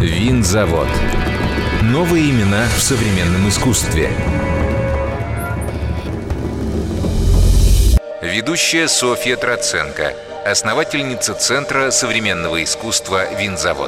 Винзавод. Новые имена в современном искусстве. Ведущая Софья Троценко, основательница Центра современного искусства «Винзавод».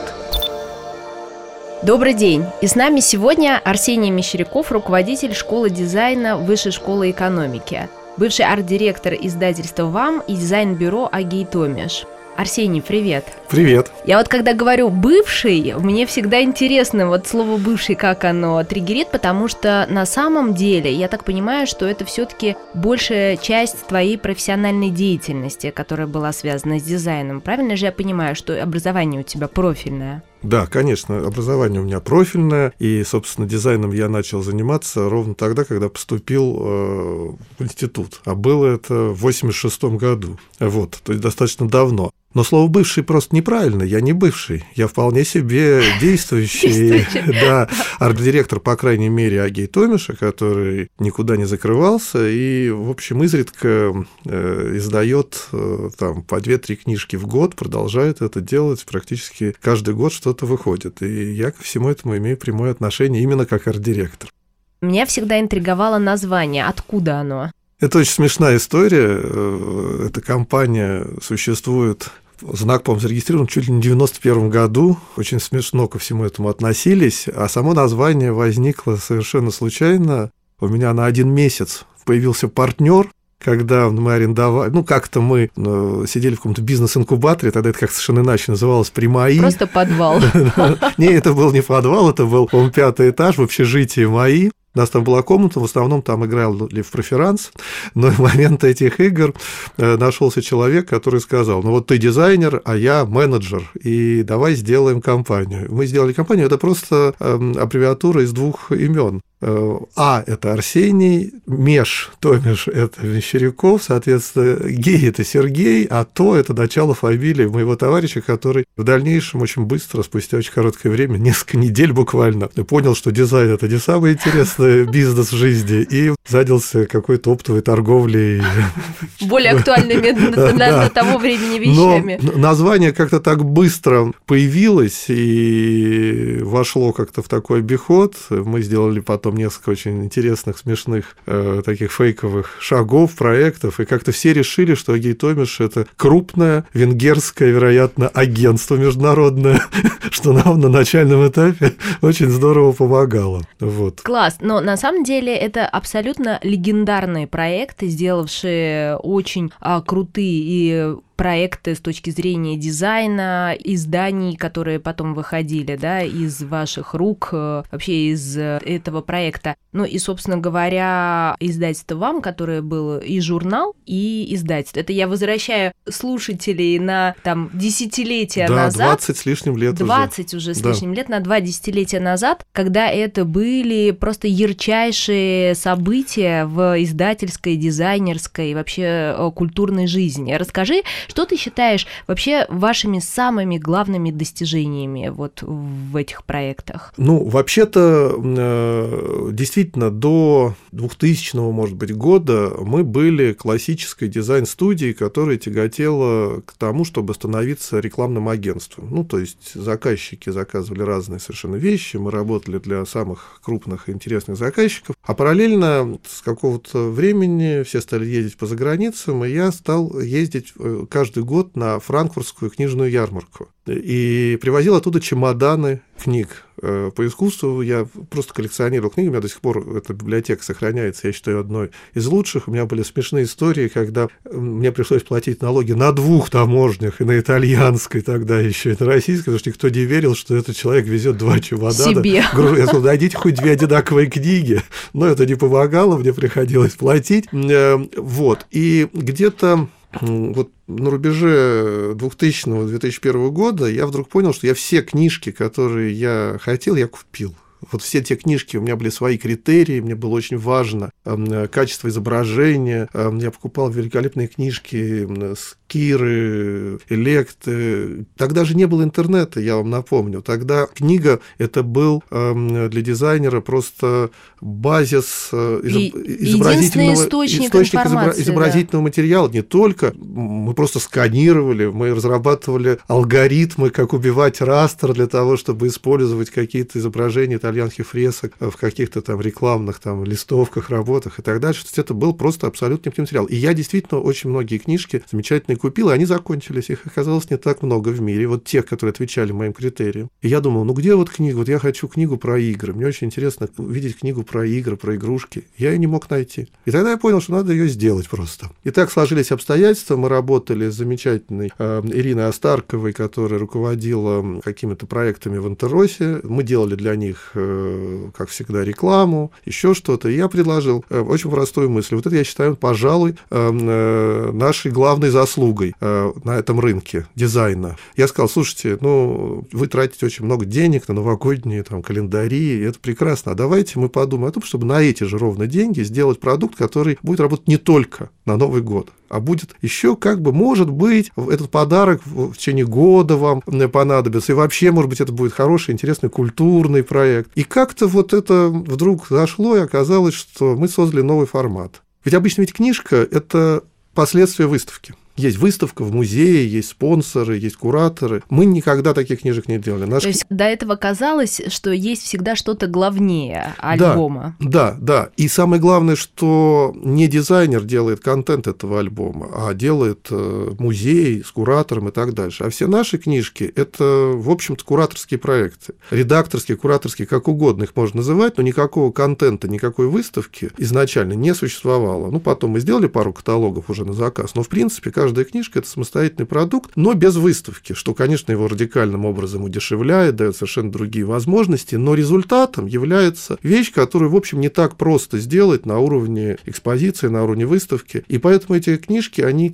Добрый день! И с нами сегодня Арсений Мещеряков, руководитель школы дизайна Высшей школы экономики, бывший арт-директор издательства ВАМ и дизайн-бюро Агей Томиш. Арсений, привет! Привет! Я вот когда говорю «бывший», мне всегда интересно вот слово «бывший», как оно триггерит, потому что на самом деле, я так понимаю, что это все-таки большая часть твоей профессиональной деятельности, которая была связана с дизайном. Правильно же я понимаю, что образование у тебя профильное? Да, конечно, образование у меня профильное, и, собственно, дизайном я начал заниматься ровно тогда, когда поступил в институт, а было это в 1986 году, вот, то есть достаточно давно. Но слово «бывший» просто неправильно, я не бывший, я вполне себе действующий, да, арт-директор, по крайней мере, Агей Томиша, который никуда не закрывался и, в общем, изредка издает там по 2-3 книжки в год, продолжает это делать, практически каждый год что-то выходит, и я ко всему этому имею прямое отношение именно как арт-директор. Меня всегда интриговало название, откуда оно? Это очень смешная история, эта компания существует... Знак, по-моему, зарегистрирован чуть ли не в 1991 году. Очень смешно ко всему этому относились. А само название возникло совершенно случайно. У меня на 1 месяц появился партнер, когда мы арендовали, как-то мы сидели в каком-то бизнес-инкубаторе, тогда это как совершенно иначе называлось, «Примаи». Просто подвал. Не, это был не подвал, это был, по-моему, 5-й этаж в общежитии «МАИ». У нас там была комната, в основном там играли в преферанс, но в момент этих игр нашелся человек, который сказал: ну вот ты дизайнер, а я менеджер, и давай сделаем компанию. Мы сделали компанию, это просто аббревиатура из 2 имен. А – это Арсений, Меш, Томиш – это Мещеряков, соответственно, Гей – это Сергей, а То – это начало фамилии моего товарища, который в дальнейшем очень быстро, спустя очень короткое время, несколько недель буквально, понял, что дизайн – это не самый интересный бизнес в жизни, и занялся какой-то оптовой торговлей. Более актуальными до того времени вещами. Но название как-то так быстро появилось и вошло как-то в такой обиход. Мы сделали потом несколько очень интересных, смешных таких фейковых шагов, проектов, и как-то все решили, что Агей Томиш – это крупное венгерское, вероятно, агентство международное, что нам на начальном этапе очень здорово помогало. Вот. Класс, но на самом деле это абсолютно легендарные проекты, сделавшие очень крутые и проекты с точки зрения дизайна, изданий, которые потом выходили, да, из ваших рук, вообще из этого проекта. Ну и, собственно говоря, издательство «ВАМ», которое было и журнал, и издательство. Это я возвращаю слушателей на там десятилетия назад. 20 с лишним лет 20 уже с лишним лет, на 2 десятилетия назад, когда это были просто ярчайшие события в издательской, дизайнерской, вообще культурной жизни. Расскажи, что ты считаешь вообще вашими самыми главными достижениями вот в этих проектах? Ну, вообще-то, действительно, до 2000, может быть, года мы были классической дизайн-студией, которая тяготела к тому, чтобы становиться рекламным агентством. Ну, то есть заказчики заказывали разные совершенно вещи, мы работали для самых крупных и интересных заказчиков, а параллельно с какого-то времени все стали ездить по заграницам, и я стал ездить каждый год на франкфуртскую книжную ярмарку. И привозил оттуда чемоданы книг по искусству. Я просто коллекционировал книги, у меня до сих пор эта библиотека сохраняется, я считаю, одной из лучших. У меня были смешные истории, когда мне пришлось платить налоги на 2 таможнях, и на итальянской тогда еще, и на российской, потому что никто не верил, что этот человек везет 2 чемодана. Себе. Я сказал, дайте хоть 2 одинаковые книги. Но это не помогало, мне приходилось платить. Вот. И где-то вот на рубеже 2000-2001 года я вдруг понял, что я все книжки, которые я хотел, я купил. Вот все те книжки, у меня были свои критерии, мне было очень важно качество изображения. Я покупал великолепные книжки Киры, Электы. Тогда же не было интернета, я вам напомню. Тогда книга – это был для дизайнера просто базис изобразительного материала. Не только мы просто сканировали, мы разрабатывали алгоритмы, как убивать растер для того, чтобы использовать какие-то изображения итальянских фресок в каких-то там рекламных там листовках, работах и так дальше. То есть это был просто абсолютно необходимый материал. И я действительно очень многие книжки замечательные купил, и они закончились. Их оказалось не так много в мире. Вот тех, которые отвечали моим критериям. И я думал, ну где вот книга? Вот я хочу книгу про игры. Мне очень интересно увидеть книгу про игры, про игрушки. Я ее не мог найти. И тогда я понял, что надо ее сделать просто. И так сложились обстоятельства. Мы работали с замечательной Ириной Остарковой, которая руководила какими-то проектами в Интеросе. Мы делали для них, как всегда, рекламу, еще что-то. И я предложил очень простую мысль. Вот это, я считаю, пожалуй, нашей главной заслугой на этом рынке дизайна. Я сказал, слушайте, ну, вы тратите очень много денег на новогодние там, календари, и это прекрасно. А давайте мы подумаем о том, чтобы на эти же ровно деньги сделать продукт, который будет работать не только на Новый год, а будет еще может быть, этот подарок в течение года вам понадобится, и вообще, может быть, это будет хороший, интересный, культурный проект. И как-то вот это вдруг зашло, и оказалось, что мы создали новый формат. Ведь обычно книжка – это последствия выставки. Есть выставка в музее, есть спонсоры, есть кураторы. Мы никогда таких книжек не делали. То есть до этого казалось, что есть всегда что-то главнее альбома. Да. И самое главное, что не дизайнер делает контент этого альбома, а делает музей с куратором и так дальше. А все наши книжки – это, в общем-то, кураторские проекты. Редакторские, кураторские, как угодно их можно называть, но никакого контента, никакой выставки изначально не существовало. Ну, потом мы сделали пару каталогов уже на заказ, но, в принципе, каждая книжка – это самостоятельный продукт, но без выставки, что, конечно, его радикальным образом удешевляет, дает совершенно другие возможности, но результатом является вещь, которую, в общем, не так просто сделать на уровне экспозиции, на уровне выставки. И поэтому эти книжки, они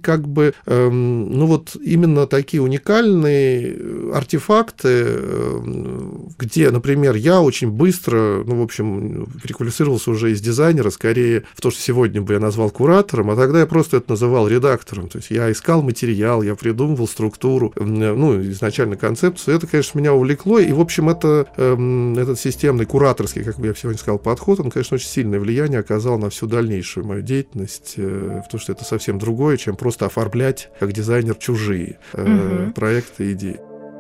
именно такие уникальные артефакты, где, например, я очень быстро, переквалифицировался уже из дизайнера, скорее в то, что сегодня бы я назвал куратором, а тогда я просто это называл редактором. То есть я искал материал, я придумывал структуру, изначально концепцию. Это, конечно, меня увлекло, и, в общем, этот системный кураторский, как бы я сегодня сказал, подход, он, конечно, очень сильное влияние оказал на всю дальнейшую мою деятельность, потому что это совсем другое, чем просто оформлять как дизайнер чужие проекты, идеи.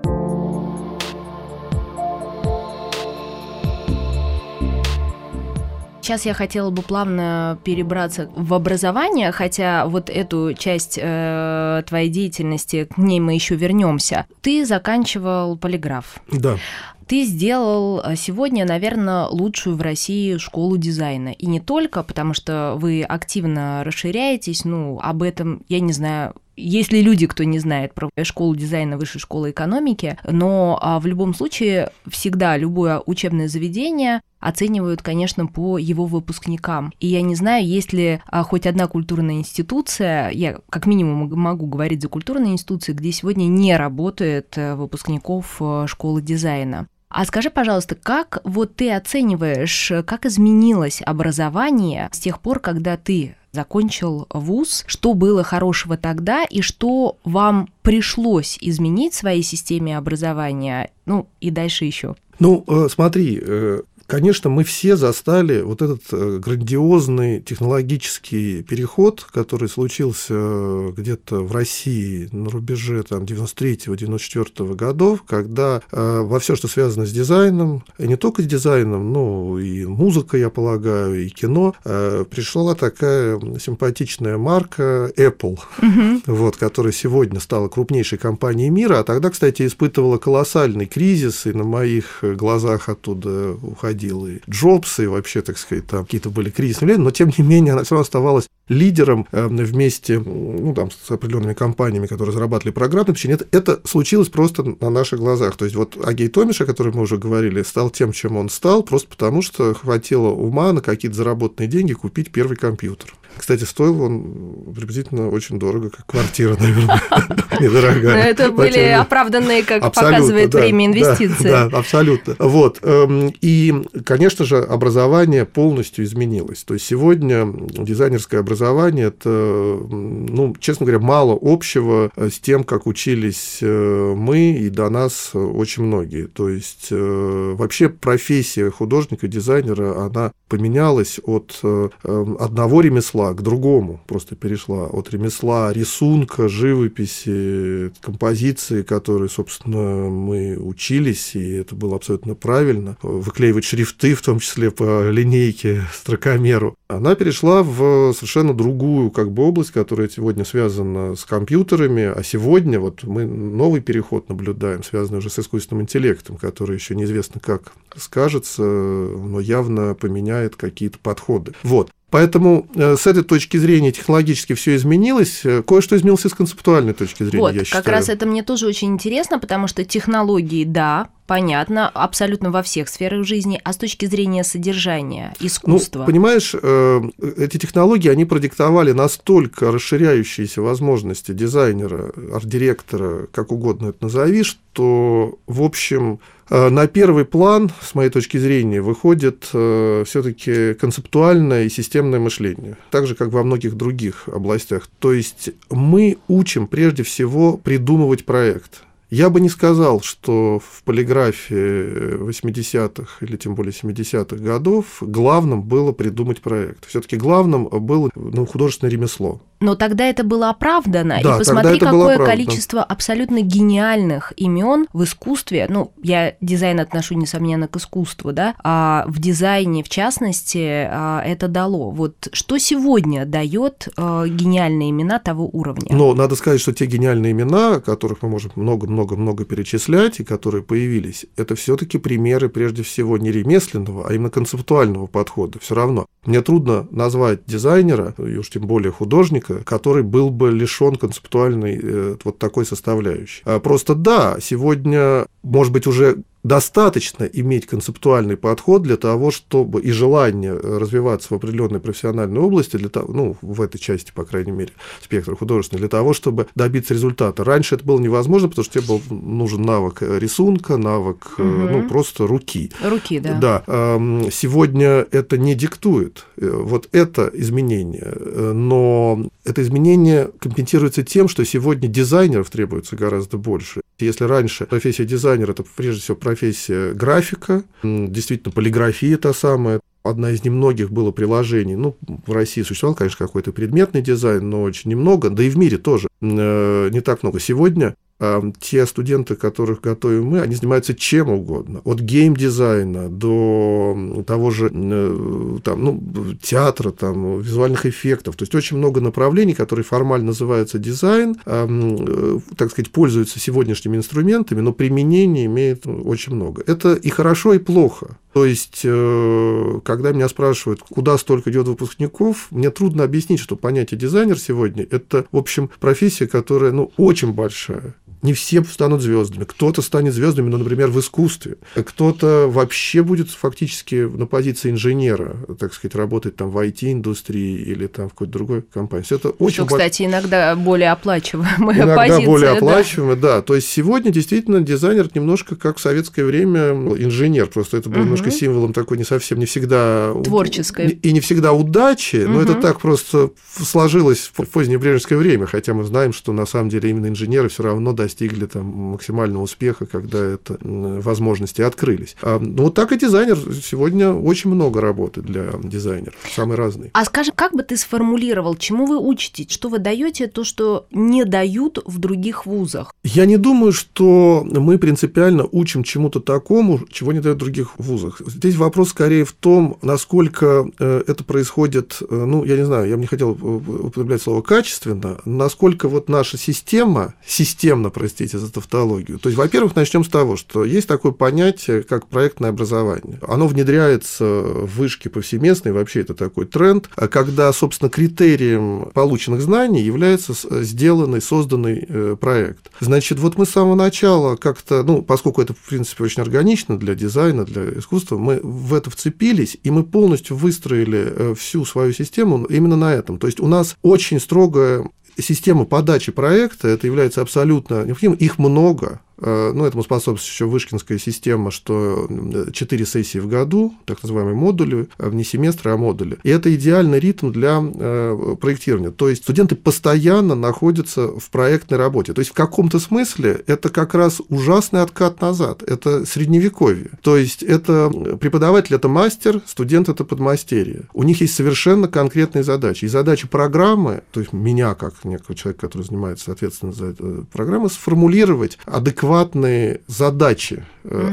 Сейчас я хотела бы плавно перебраться в образование, хотя вот эту часть твоей деятельности, к ней мы еще вернемся. Ты заканчивал полиграф. Да. Ты сделал сегодня, наверное, лучшую в России школу дизайна. И не только, потому что вы активно расширяетесь, об этом, я не знаю, есть ли люди, кто не знает про школу дизайна Высшей школы экономики, но в любом случае всегда любое учебное заведение оценивают, конечно, по его выпускникам. И я не знаю, есть ли хоть одна культурная институция, я как минимум могу говорить за культурные институции, где сегодня не работает выпускников школы дизайна. А скажи, пожалуйста, как вот ты оцениваешь, как изменилось образование с тех пор, когда ты закончил вуз, что было хорошего тогда и что вам пришлось изменить в своей системе образования, и дальше еще? Смотри, конечно, мы все застали вот этот грандиозный технологический переход, который случился где-то в России на рубеже 93-94 годов, когда во все, что связано с дизайном, и не только с дизайном, но и музыка, я полагаю, и кино, пришла такая симпатичная марка Apple, которая сегодня стала крупнейшей компанией мира, а тогда, кстати, испытывала колоссальный кризис, и на моих глазах оттуда уходил и Джобс, и вообще, так сказать, там какие-то были кризисные влияния, но, тем не менее, она все равно оставалась лидером вместе с определенными компаниями, которые разрабатывали программное обеспечение. Это случилось просто на наших глазах. То есть вот Агей Томиш, о котором мы уже говорили, стал тем, чем он стал, просто потому что хватило ума на какие-то заработанные деньги купить первый компьютер. Кстати, стоил он приблизительно очень дорого, как квартира, наверное. недорогая. Это были оправданные, как показывает время, инвестиции. Да, абсолютно. Вот. И, конечно же, образование полностью изменилось. То есть сегодня дизайнерское образование – это, честно говоря, мало общего с тем, как учились мы и до нас очень многие. То есть вообще профессия художника, дизайнера, она поменялась от одного ремесла к другому, просто перешла от ремесла рисунка, живописи, композиции, которые, собственно, мы учились, и это было абсолютно правильно, выклеивать шрифты, в том числе по линейке, строкомеру. Она перешла в совершенно другую область, которая сегодня связана с компьютерами, а сегодня вот мы новый переход наблюдаем, связанный уже с искусственным интеллектом, который еще неизвестно как скажется, но явно поменяет какие-то подходы. Вот. Поэтому с этой точки зрения технологически все изменилось, кое-что изменилось и с концептуальной точки зрения, я считаю. Как раз это мне тоже очень интересно, потому что технологии, да, понятно, абсолютно во всех сферах жизни, а с точки зрения содержания, искусства? Понимаешь, эти технологии, они продиктовали настолько расширяющиеся возможности дизайнера, арт-директора, как угодно это назови, что, в общем, на первый план, с моей точки зрения, выходит все-таки концептуальное и системное мышление, так же, как во многих других областях. То есть мы учим прежде всего придумывать проект. Я бы не сказал, что в полиграфии 80-х или тем более 70-х годов главным было придумать проект. Все-таки главным было художественное ремесло. Но тогда это было оправдано. Да, и посмотри, какое количество абсолютно гениальных имен в искусстве. Я дизайн отношу, несомненно, к искусству, да, а в дизайне, в частности, это дало. Вот что сегодня дает гениальные имена того уровня? Надо сказать, что те гениальные имена, о которых мы можем много-много-много перечислять, и которые появились, это все-таки примеры, прежде всего, не ремесленного, а именно концептуального подхода. Все равно. Мне трудно назвать дизайнера, и уж тем более художника, который был бы лишен концептуальной вот такой составляющей. Просто да, сегодня, может быть, уже достаточно иметь концептуальный подход для того, чтобы и желание развиваться в определенной профессиональной области, в этой части, по крайней мере, спектра художественного, для того, чтобы добиться результата. Раньше это было невозможно, потому что тебе был нужен навык рисунка, навык просто руки. Руки, да. Да. Сегодня это не диктует. Вот это изменение. Но это изменение компенсируется тем, что сегодня дизайнеров требуется гораздо больше. Если раньше профессия дизайнера – это прежде всего профессия графика, действительно, полиграфия та самая, одна из немногих было приложений. В России существовал, конечно, какой-то предметный дизайн, но очень немного, да и в мире тоже не так много. Сегодня те студенты, которых готовим мы, они занимаются чем угодно. От геймдизайна до того же театра, визуальных эффектов. То есть очень много направлений, которые формально называются дизайн, так сказать, пользуются сегодняшними инструментами, но применение имеет очень много. Это и хорошо, и плохо. То есть, когда меня спрашивают, куда столько идет выпускников, мне трудно объяснить, что понятие дизайнер сегодня – это, в общем, профессия, которая очень большая. Не все станут звездами. Кто-то станет звездами, например, в искусстве. Кто-то вообще будет фактически на позиции инженера, так сказать, работать в IT-индустрии или в какой-то другой компании. Это очень кстати, иногда более оплачиваемая позиция. Иногда более оплачиваемая, да. То есть сегодня действительно дизайнер немножко как в советское время инженер. Просто это было немножко символом такой не совсем, не всегда творческой и не всегда удачи, но это так просто сложилось в позднее брежневское время, хотя мы знаем, что на самом деле именно инженеры все равно достигли максимального успеха, когда это возможности открылись. Вот так и дизайнер. Сегодня очень много работы для дизайнера, самые разные. А скажи, как бы ты сформулировал, чему вы учитесь, что вы даете, то, что не дают в других вузах? Я не думаю, что мы принципиально учим чему-то такому, чего не дают в других вузах. Здесь вопрос скорее в том, насколько это происходит, я не знаю, я бы не хотел употреблять слово «качественно», насколько наша системно, простите за тавтологию. То есть, во-первых, начнем с того, что есть такое понятие, как проектное образование. Оно внедряется в вышки повсеместно, и вообще это такой тренд, когда, собственно, критерием полученных знаний является созданный проект. Значит, мы с самого начала как-то, поскольку это, в принципе, очень органично для дизайна, для искусства, мы в это вцепились, и мы полностью выстроили всю свою систему именно на этом. То есть, у нас очень строгая система подачи проекта, это является абсолютно необходимым. Их много. Этому способствует еще вышкинская система, что 4 сессии в году, так называемые модули, не семестры, а модули. И это идеальный ритм для проектирования. То есть студенты постоянно находятся в проектной работе. То есть в каком-то смысле это как раз ужасный откат назад. Это средневековье. То есть это преподаватель – это мастер, студент – это подмастерье. У них есть совершенно конкретные задачи. И задача программы, то есть меня, как некого человека, который занимается ответственно за эту программу, сформулировать адекватные задачи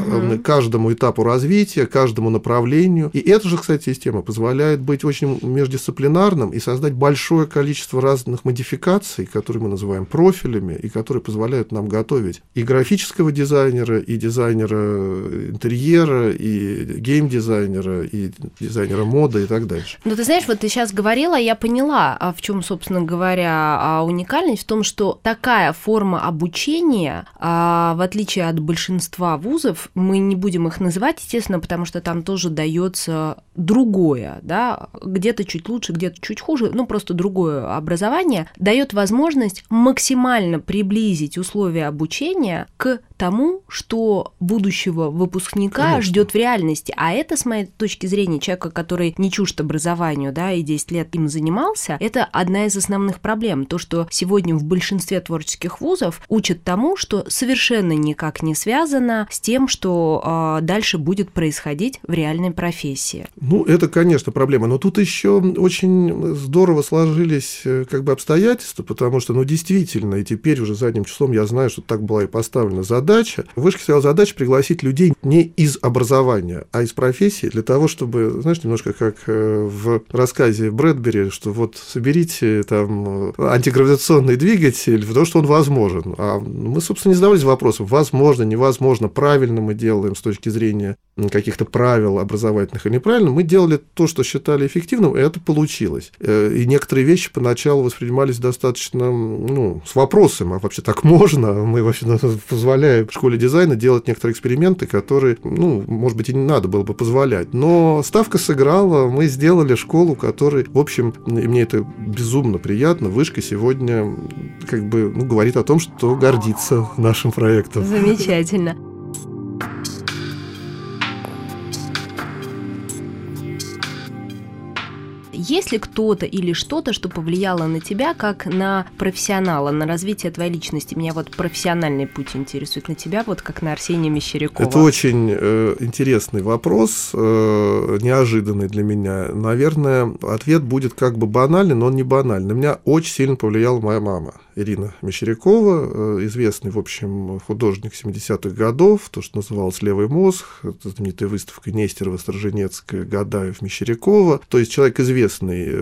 каждому этапу развития, каждому направлению. И эта же, кстати, система позволяет быть очень междисциплинарным и создать большое количество разных модификаций, которые мы называем профилями, и которые позволяют нам готовить и графического дизайнера, и дизайнера интерьера, и геймдизайнера, и дизайнера моды и так дальше. Ну, ты знаешь, вот ты сейчас говорила, я поняла, в чем, собственно говоря, уникальность, в том, что такая форма обучения, в отличие от большинства вузов, мы не будем их называть, естественно, потому что там тоже дается другое, да, где-то чуть лучше, где-то чуть хуже, просто другое образование, дает возможность максимально приблизить условия обучения к тому, что будущего выпускника ждет в реальности. А это, с моей точки зрения, человека, который не чужд образованию, да, и 10 лет им занимался, это одна из основных проблем. То, что сегодня в большинстве творческих вузов учат тому, что совершенно никак не связано с тем, что дальше будет происходить в реальной профессии. Это, конечно, проблема. Но тут еще очень здорово сложились обстоятельства, потому что, действительно, и теперь уже задним числом я знаю, что так была и поставлена задача. В вышке стояла задача пригласить людей не из образования, а из профессии, для того, чтобы, знаешь, немножко как в рассказе Брэдбери, что соберите там антигравитационный двигатель, потому что он возможен. А мы, собственно, не задавались вопросом, возможно, невозможно, правильно мы делаем с точки зрения каких-то правил образовательных или неправильно. Мы делали то, что считали эффективным, и это получилось. И некоторые вещи поначалу воспринимались достаточно, с вопросом, а вообще так можно? Мы вообще позволяем в школе дизайна делать некоторые эксперименты, которые, может быть, и не надо было бы позволять. Но ставка сыграла, мы сделали школу, которая, в общем, и мне это безумно приятно, Вышка сегодня говорит о том, что гордится нашим проектом. Замечательно. Есть ли кто-то или что-то, что повлияло на тебя как на профессионала, на развитие твоей личности? Меня профессиональный путь интересует, на тебя как на Арсения Мещерякова. Это очень интересный вопрос, неожиданный для меня. Наверное, ответ будет банальный, но он не банальный. На меня очень сильно повлияла моя мама, Ирина Мещерякова, известный, в общем, художник 70-х годов, то, что называлось «Левый мозг», это знаменитая выставка Нестерова, Стороженецкая, Гадаев, Мещерякова, то есть человек известный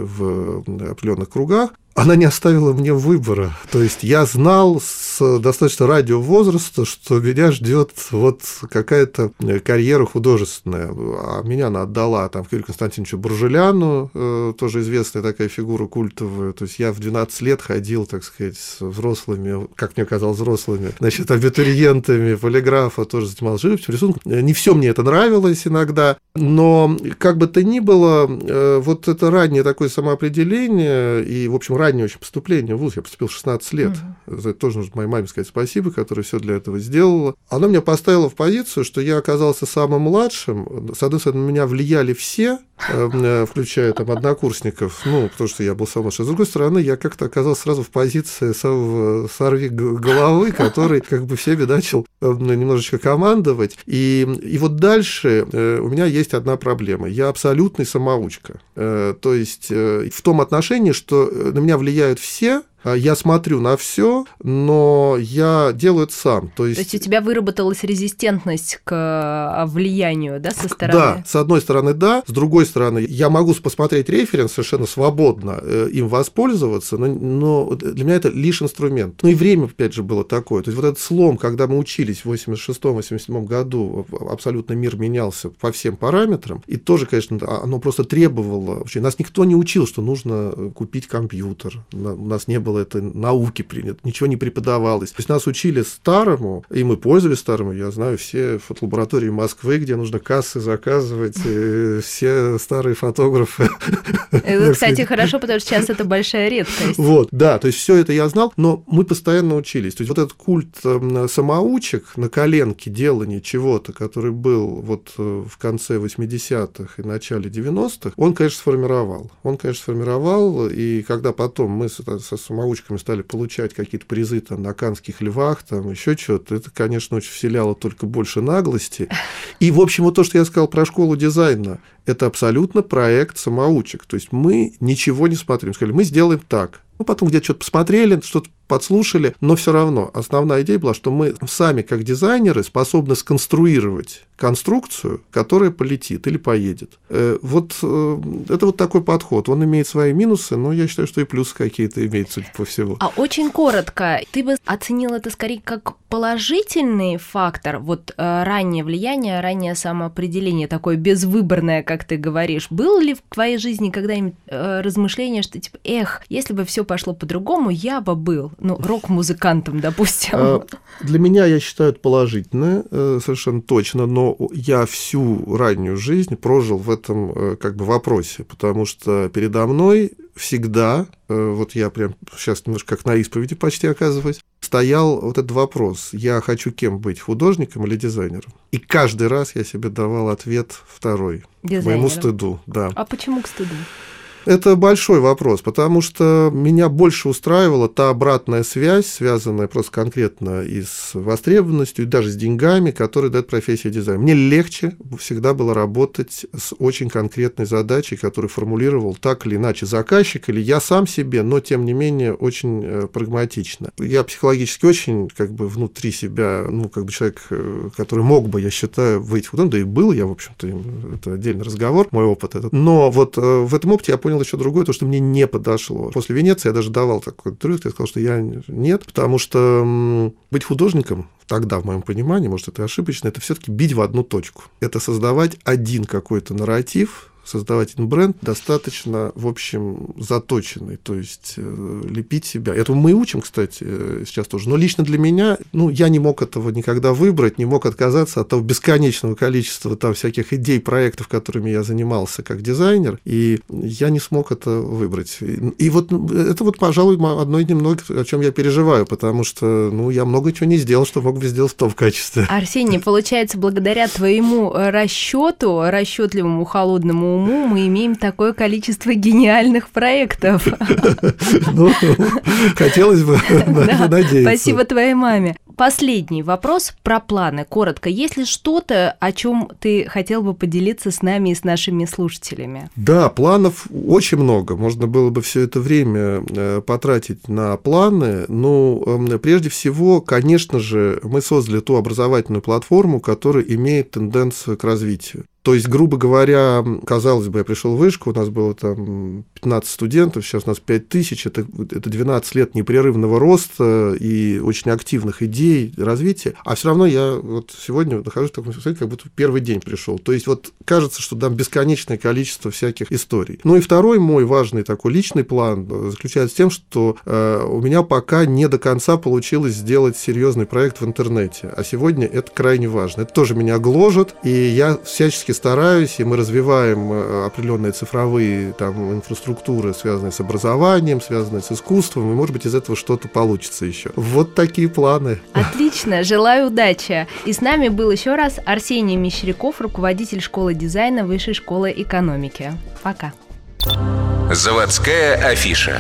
в определенных кругах. Она не оставила мне выбора. То есть я знал с достаточно раннего возраста, что меня ждет какая-то карьера художественная. А меня она отдала Кириллу Константиновичу Буржеляну, тоже известная такая фигура культовая. То есть я в 12 лет ходил, так сказать, с взрослыми, как мне казалось, взрослыми, абитуриентами полиграфа, тоже занимался живописью, рисунком. Не все мне это нравилось иногда, но как бы то ни было, это раннее такое самоопределение и, в общем, раннее очень поступление в вуз, я поступил в 16 лет. За это тоже нужно моей маме сказать спасибо, которая все для этого сделала. Она меня поставила в позицию, что я оказался самым младшим. С одной стороны, на меня влияли все, включая однокурсников, потому что я был самый младший. С другой стороны, я как-то оказался сразу в позиции самого сорви головы, который всеми начал немножечко командовать. И дальше у меня есть одна проблема. Я абсолютный самоучка. То есть в том отношении, что на меня влияют все, я смотрю на все, но я делаю это сам. То есть у тебя выработалась резистентность к влиянию, да, со стороны? Да, с одной стороны, да. С другой стороны, я могу посмотреть референс совершенно свободно, им воспользоваться, но для меня это лишь инструмент. И время, опять же, было такое. То есть этот слом, когда мы учились в 86-87 году, абсолютно мир менялся по всем параметрам, и тоже, конечно, оно просто требовало... Вообще, нас никто не учил, что нужно купить компьютер. У нас не было было это науки принято, ничего не преподавалось. То есть нас учили старому, и мы пользовались старому. Я знаю все фотолаборатории Москвы, где нужно кассы заказывать, все старые фотографы. Это, кстати, хорошо, потому что сейчас это большая редкость. Вот, да, то есть все это я знал, но мы постоянно учились. То есть вот этот культ самоучек на коленке, делания чего-то, который был вот в конце 80-х и начале 90-х, он, конечно, сформировал. И когда потом мы со самоучками стали получать какие-то призы там, на Каннских львах, там еще что-то, это, конечно, очень вселяло только больше наглости. И, в общем, вот то, что я сказал про школу дизайна, это абсолютно проект самоучек. То есть мы ничего не смотрим. Сказали, мы сделаем так. Потом где-то что-то посмотрели, что-то подслушали, но все равно основная идея была, что мы сами, как дизайнеры, способны сконструировать конструкцию, которая полетит или поедет. Это вот такой подход. Он имеет свои минусы, но я считаю, что и плюсы какие-то имеет, судя по всему. А очень коротко, ты бы оценил это скорее как положительный фактор, вот раннее влияние, раннее самоопределение, такое безвыборное, как ты говоришь. Было ли в твоей жизни когда-нибудь размышление, что типа, если бы все пошло по-другому, я бы был, рок-музыкантом, допустим? Для меня, я считаю, это положительно, совершенно точно, но я всю раннюю жизнь прожил в этом вопросе, потому что передо мной всегда, вот я прям сейчас немножко как на исповеди почти оказываюсь, стоял вот этот вопрос, я хочу кем быть, художником или дизайнером? И каждый раз я себе давал ответ второй, к моему стыду. Да. А почему к стыду? Это большой вопрос, потому что меня больше устраивала та обратная связь, связанная просто конкретно и с востребованностью, и даже с деньгами, которые дает профессия дизайнера. Мне легче всегда было работать с очень конкретной задачей, которую формулировал так или иначе заказчик, или я сам себе, но тем не менее очень прагматично. Я психологически очень внутри себя, человек, который мог бы, я считаю, выйти художником, да и был я, в общем-то, это отдельный разговор, мой опыт этот. Но вот в этом опыте я понял еще другое, то, что мне не подошло. После Венеции я даже давал такой интервью, я сказал, что я нет, потому что быть художником тогда, в моем понимании, может, это ошибочно, это все-таки бить в одну точку. Это создавать один какой-то нарратив, создавать один бренд достаточно, в общем, заточенный, то есть лепить себя. Этому мы учим, кстати, сейчас тоже. Но лично для меня, я не мог этого никогда выбрать, не мог отказаться от того бесконечного количества там всяких идей, проектов, которыми я занимался как дизайнер, и я не смог это выбрать. И вот это, пожалуй, одно из немногих, о чем я переживаю, потому что, я много чего не сделал, что мог бы сделать в том качестве. Арсений, получается, благодаря твоему расчетливому, холодному уму мы имеем такое количество гениальных проектов. Хотелось бы надеяться. Спасибо твоей маме. Последний вопрос про планы. Коротко, есть ли что-то, о чем ты хотел бы поделиться с нами и с нашими слушателями? Да, планов очень много. Можно было бы все это время потратить на планы. Но прежде всего, конечно же, мы создали ту образовательную платформу, которая имеет тенденцию к развитию. То есть, грубо говоря, казалось бы, я пришел в вышку, у нас было там 15 студентов, сейчас у нас 5000, это 12 лет непрерывного роста и очень активных идей, развития, а все равно я вот сегодня нахожусь в таком состоянии, как будто в первый день пришел. То есть, вот кажется, что там бесконечное количество всяких историй. Ну и второй мой важный такой личный план заключается в том, что у меня пока не до конца получилось сделать серьезный проект в интернете, а сегодня это крайне важно. Это тоже меня гложет, и я всячески стараюсь, и мы развиваем определенные цифровые там инфраструктуры, связанные с образованием, связанные с искусством, и, может быть, из этого что-то получится еще. Вот такие планы. Отлично, желаю удачи. И с нами был еще раз Арсений Мещеряков, руководитель школы дизайна Высшей школы экономики. Пока. Заводская афиша.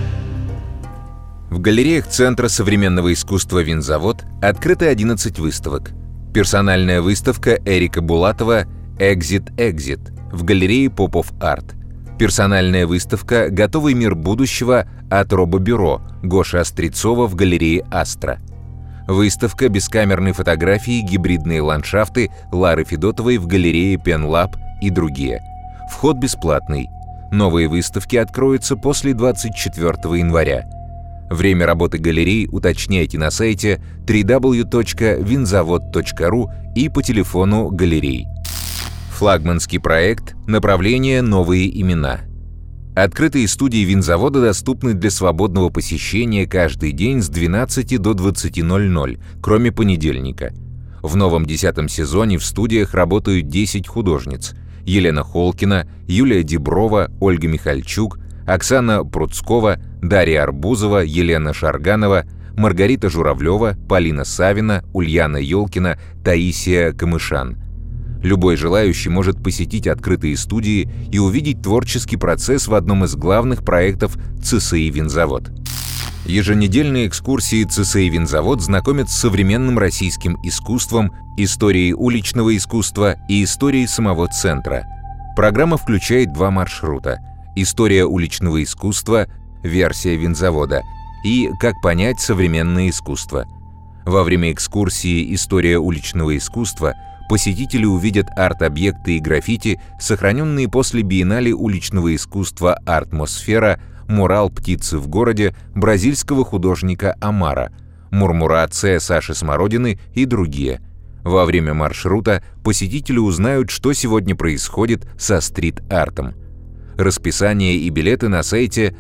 В галереях Центра современного искусства «Винзавод» открыто 11 выставок. Персональная выставка Эрика Булатова «Exit в галерее Pop-Of Art. Персональная выставка «Готовый мир будущего» от Робобюро Гоши Острецова в галерее Астра. Выставка бескамерной фотографии «Гибридные ландшафты» Лары Федотовой в галерее Пенлаб и другие. Вход бесплатный. Новые выставки откроются после 24 января. Время работы галерей уточняйте на сайте www.vinzavod.ru и по телефону галерей. Флагманский проект «Направление. Новые имена». Открытые студии винзавода доступны для свободного посещения каждый день с 12 до 20:00, кроме понедельника. В новом 10-м сезоне в студиях работают 10 художниц: Елена Холкина, Юлия Деброва, Ольга Михальчук, Оксана Пруцкова, Дарья Арбузова, Елена Шарганова, Маргарита Журавлева, Полина Савина, Ульяна Ёлкина, Таисия Камышан. Любой желающий может посетить открытые студии и увидеть творческий процесс в одном из главных проектов ЦСИ «Винзавод». Еженедельные экскурсии ЦСИ «Винзавод» знакомят с современным российским искусством, историей уличного искусства и историей самого центра. Программа включает 2 маршрута: «История уличного искусства», версия «Винзавода», и «Как понять современное искусство». Во время экскурсии «История уличного искусства» посетители увидят арт-объекты и граффити, сохраненные после биеннале уличного искусства «Артмосфера», мурал «Птицы в городе» бразильского художника Амара, мурмурация Саши Смородины и другие. Во время маршрута посетители узнают, что сегодня происходит со стрит-артом. Расписание и билеты на сайте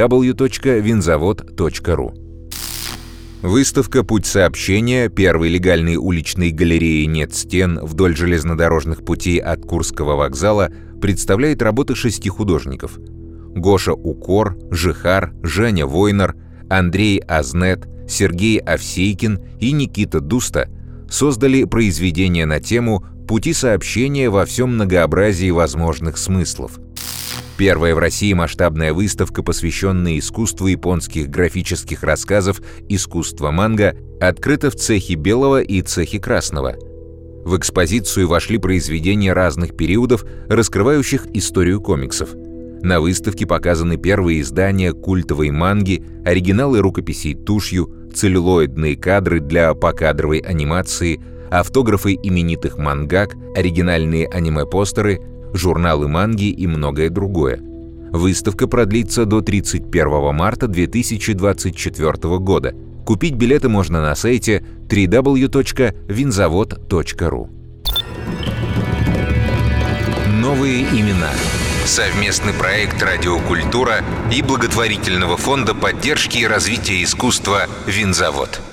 www.vinzavod.ru. Выставка «Путь сообщения» первой легальной уличной галереи «Нет стен» вдоль железнодорожных путей от Курского вокзала представляет работы 6 художников: Гоша Укор, Жихар, Женя Войнер, Андрей Азнет, Сергей Овсейкин и Никита Дуста создали произведения на тему «Пути сообщения во всем многообразии возможных смыслов». Первая в России масштабная выставка, посвященная искусству японских графических рассказов «Искусство манго», открыта в цехе белого и цехе красного. В экспозицию вошли произведения разных периодов, раскрывающих историю комиксов. На выставке показаны первые издания культовой манги, оригиналы рукописей тушью, целлюлоидные кадры для покадровой анимации, автографы именитых мангак, оригинальные аниме-постеры, журналы манги и многое другое. Выставка продлится до 31 марта 2024 года. Купить билеты можно на сайте www.vinzavod.ru. Новые имена. Совместный проект «Радиокультура» и благотворительного фонда поддержки и развития искусства «Винзавод».